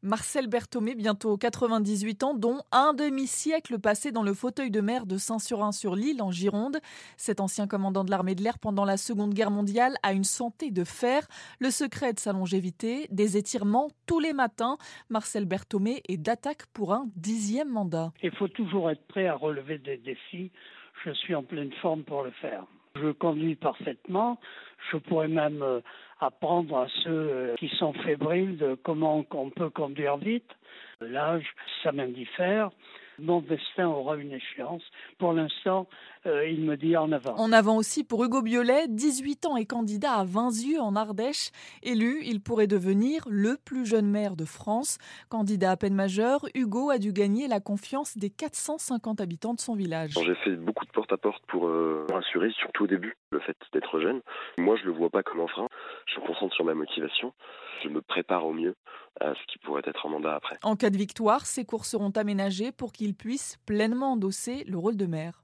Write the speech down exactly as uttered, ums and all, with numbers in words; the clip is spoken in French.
Marcel Berthomé, bientôt quatre-vingt-dix-huit ans, dont un demi-siècle passé dans le fauteuil de maire de Saint-Surin-sur-l'Île, en Gironde. Cet ancien commandant de l'armée de l'air pendant la Seconde Guerre mondiale a une santé de fer. Le secret de sa longévité, des étirements tous les matins. Marcel Berthomé est d'attaque pour un dixième mandat. Il faut toujours être prêt à relever des défis. Je suis en pleine forme pour le faire. Je conduis parfaitement. Je pourrais même euh, apprendre à ceux euh, qui sont fébriles de comment on peut conduire vite. L'âge, ça m'indiffère. Mon destin aura une échéance. Pour l'instant, euh, il me dit en avant. En avant aussi pour Hugo Biolay, dix-huit ans et candidat à Vinzieux en Ardèche. Élu, il pourrait devenir le plus jeune maire de France. Candidat à peine majeur, Hugo a dû gagner la confiance des quatre cent cinquante habitants de son village. J'ai fait beaucoup de porte-à-porte pour euh, rassurer, surtout au début, le fait d'être jeune. Moi, je le vois pas comme un frein. Je me concentre sur ma motivation. Je me prépare au mieux à ce qui pourrait être un mandat après. En cas de victoire, ses cours seront aménagés pour qu'il puisse pleinement endosser le rôle de maire.